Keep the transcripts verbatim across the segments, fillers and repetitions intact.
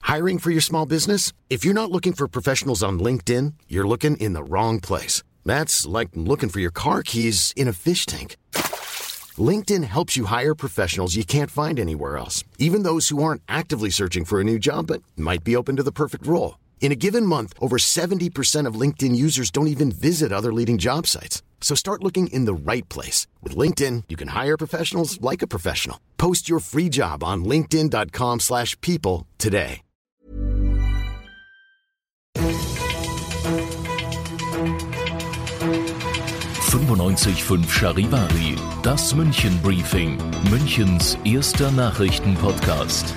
Hiring for your small business? If you're not looking for professionals on LinkedIn, you're looking in the wrong place. That's like looking for your car keys in a fish tank. LinkedIn helps you hire professionals you can't find anywhere else, even those who aren't actively searching for a new job but might be open to the perfect role. In a given month, over seventy percent of LinkedIn users don't even visit other leading job sites. So start looking in the right place. With LinkedIn, you can hire professionals like a professional. Post your free job on linkedin dot com slash people today. fünfundneunzig Komma fünf Charivari, das München Briefing, Münchens erster Nachrichtenpodcast.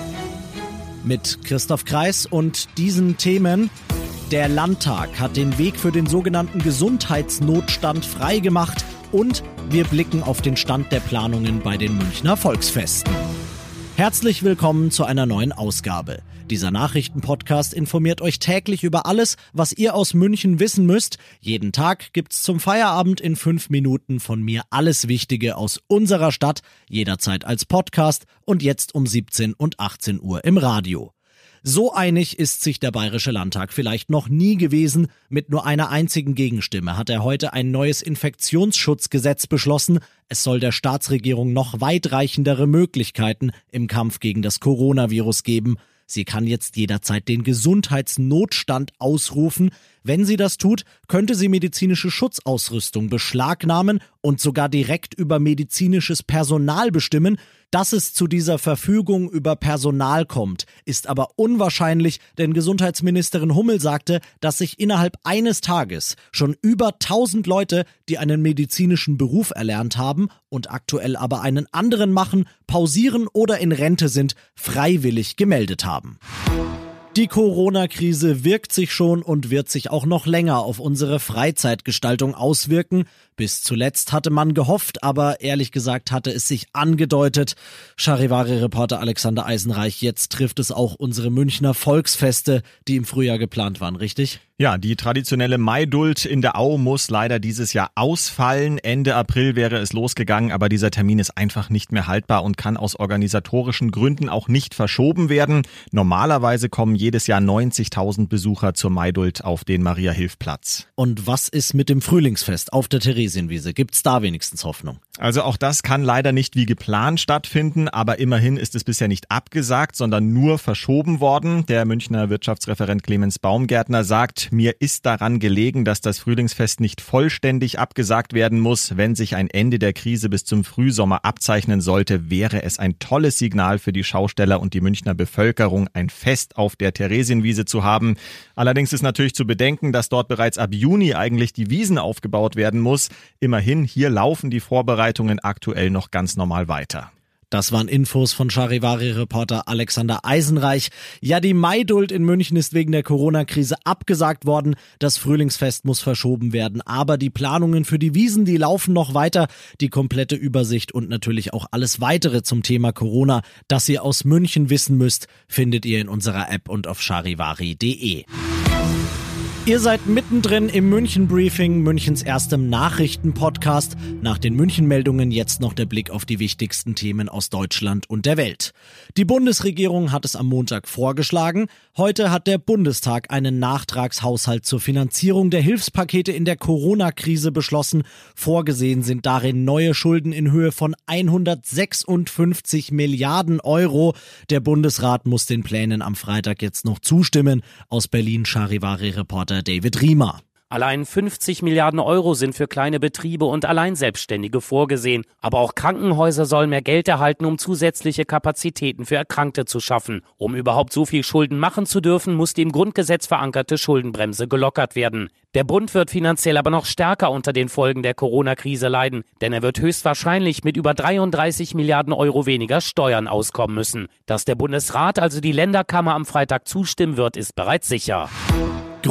Mit Christoph Kreis und diesen Themen: Der Landtag hat den Weg für den sogenannten Gesundheitsnotstand freigemacht und wir blicken auf den Stand der Planungen bei den Münchner Volksfesten. Herzlich willkommen zu einer neuen Ausgabe. Dieser Nachrichtenpodcast informiert euch täglich über alles, was ihr aus München wissen müsst. Jeden Tag gibt's zum Feierabend in fünf Minuten von mir alles Wichtige aus unserer Stadt, jederzeit als Podcast und jetzt um siebzehn und achtzehn Uhr im Radio. So einig ist sich der Bayerische Landtag vielleicht noch nie gewesen. Mit nur einer einzigen Gegenstimme hat er heute ein neues Infektionsschutzgesetz beschlossen. Es soll der Staatsregierung noch weitreichendere Möglichkeiten im Kampf gegen das Coronavirus geben. Sie kann jetzt jederzeit den Gesundheitsnotstand ausrufen. Wenn sie das tut, könnte sie medizinische Schutzausrüstung beschlagnahmen und sogar direkt über medizinisches Personal bestimmen. Dass es zu dieser Verfügung über Personal kommt, ist aber unwahrscheinlich, denn Gesundheitsministerin Hummel sagte, dass sich innerhalb eines Tages schon über tausend Leute, die einen medizinischen Beruf erlernt haben und aktuell aber einen anderen machen, pausieren oder in Rente sind, freiwillig gemeldet haben. Die Corona-Krise wirkt sich schon und wird sich auch noch länger auf unsere Freizeitgestaltung auswirken. Bis zuletzt hatte man gehofft, aber ehrlich gesagt hatte es sich angedeutet. Charivari-Reporter Alexander Eisenreich, jetzt trifft es auch unsere Münchner Volksfeste, die im Frühjahr geplant waren, richtig? Ja, die traditionelle Maidult in der Au muss leider dieses Jahr ausfallen. Ende April wäre es losgegangen, aber dieser Termin ist einfach nicht mehr haltbar und kann aus organisatorischen Gründen auch nicht verschoben werden. Normalerweise kommen jedes Jahr neunzigtausend Besucher zur Maidult auf den Maria-Hilf-Platz. Und was ist mit dem Frühlingsfest auf der Theresienwiese? Gibt's da wenigstens Hoffnung? Also auch das kann leider nicht wie geplant stattfinden, aber immerhin ist es bisher nicht abgesagt, sondern nur verschoben worden. Der Münchner Wirtschaftsreferent Clemens Baumgärtner sagt, mir ist daran gelegen, dass das Frühlingsfest nicht vollständig abgesagt werden muss. Wenn sich ein Ende der Krise bis zum Frühsommer abzeichnen sollte, wäre es ein tolles Signal für die Schausteller und die Münchner Bevölkerung, ein Fest auf der Theresienwiese zu haben. Allerdings ist natürlich zu bedenken, dass dort bereits ab Juni eigentlich die Wiesn aufgebaut werden muss. Immerhin, hier laufen die Vorbereitungen aktuell noch ganz normal weiter. Das waren Infos von Charivari-Reporter Alexander Eisenreich. Ja, die Maidult in München ist wegen der Corona-Krise abgesagt worden. Das Frühlingsfest muss verschoben werden. Aber die Planungen für die Wiesn, die laufen noch weiter. Die komplette Übersicht und natürlich auch alles weitere zum Thema Corona, das ihr aus München wissen müsst, findet ihr in unserer App und auf charivari punkt de. Ihr seid mittendrin im München-Briefing, Münchens erstem Nachrichtenpodcast. Nach den München-Meldungen jetzt noch der Blick auf die wichtigsten Themen aus Deutschland und der Welt. Die Bundesregierung hat es am Montag vorgeschlagen. Heute hat der Bundestag einen Nachtragshaushalt zur Finanzierung der Hilfspakete in der Corona-Krise beschlossen. Vorgesehen sind darin neue Schulden in Höhe von hundertsechsundfünfzig Milliarden Euro. Der Bundesrat muss den Plänen am Freitag jetzt noch zustimmen. Aus Berlin Charivari-Reporter David Riemer. Allein fünfzig Milliarden Euro sind für kleine Betriebe und Alleinselbstständige vorgesehen. Aber auch Krankenhäuser sollen mehr Geld erhalten, um zusätzliche Kapazitäten für Erkrankte zu schaffen. Um überhaupt so viel Schulden machen zu dürfen, muss die im Grundgesetz verankerte Schuldenbremse gelockert werden. Der Bund wird finanziell aber noch stärker unter den Folgen der Corona-Krise leiden, denn er wird höchstwahrscheinlich mit über dreiunddreißig Milliarden Euro weniger Steuern auskommen müssen. Dass der Bundesrat, also die Länderkammer, am Freitag zustimmen wird, ist bereits sicher.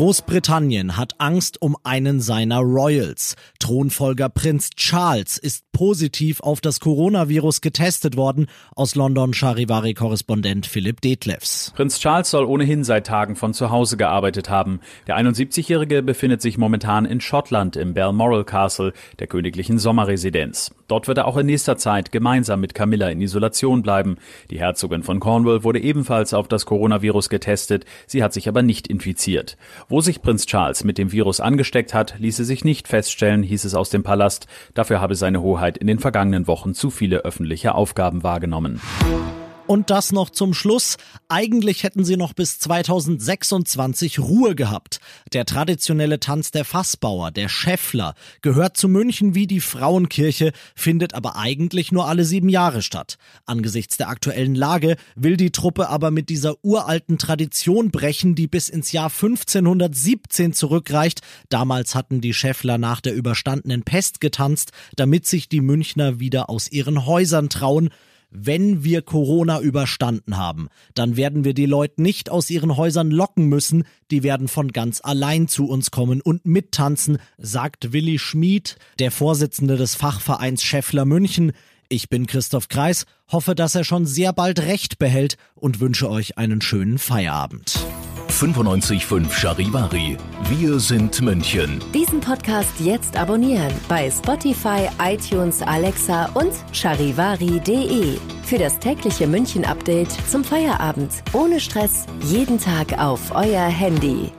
Großbritannien hat Angst um einen seiner Royals. Thronfolger Prinz Charles ist positiv auf das Coronavirus getestet worden. Aus London Charivari-Korrespondent Philipp Detlefs. Prinz Charles soll ohnehin seit Tagen von zu Hause gearbeitet haben. Der einundsiebzigjährige befindet sich momentan in Schottland im Balmoral Castle, der königlichen Sommerresidenz. Dort wird er auch in nächster Zeit gemeinsam mit Camilla in Isolation bleiben. Die Herzogin von Cornwall wurde ebenfalls auf das Coronavirus getestet. Sie hat sich aber nicht infiziert. Wo sich Prinz Charles mit dem Virus angesteckt hat, ließe sich nicht feststellen, hieß es aus dem Palast. Dafür habe seine Hoheit in den vergangenen Wochen zu viele öffentliche Aufgaben wahrgenommen. Und das noch zum Schluss. Eigentlich hätten sie noch bis zweitausendsechsundzwanzig Ruhe gehabt. Der traditionelle Tanz der Fassbauer, der Schäffler, gehört zu München wie die Frauenkirche, findet aber eigentlich nur alle sieben Jahre statt. Angesichts der aktuellen Lage will die Truppe aber mit dieser uralten Tradition brechen, die bis ins Jahr fünfzehnhundertsiebzehn zurückreicht. Damals hatten die Schäffler nach der überstandenen Pest getanzt, damit sich die Münchner wieder aus ihren Häusern trauen. Wenn wir Corona überstanden haben, dann werden wir die Leute nicht aus ihren Häusern locken müssen, die werden von ganz allein zu uns kommen und mittanzen, sagt Willi Schmid, der Vorsitzende des Fachvereins Schäffler München. Ich bin Christoph Kreis, hoffe, dass er schon sehr bald Recht behält und wünsche euch einen schönen Feierabend. fünfundneunzig Komma fünf Charivari. Wir sind München. Diesen Podcast jetzt abonnieren bei Spotify, iTunes, Alexa und charivari punkt de. Für das tägliche München-Update zum Feierabend. Ohne Stress, jeden Tag auf euer Handy.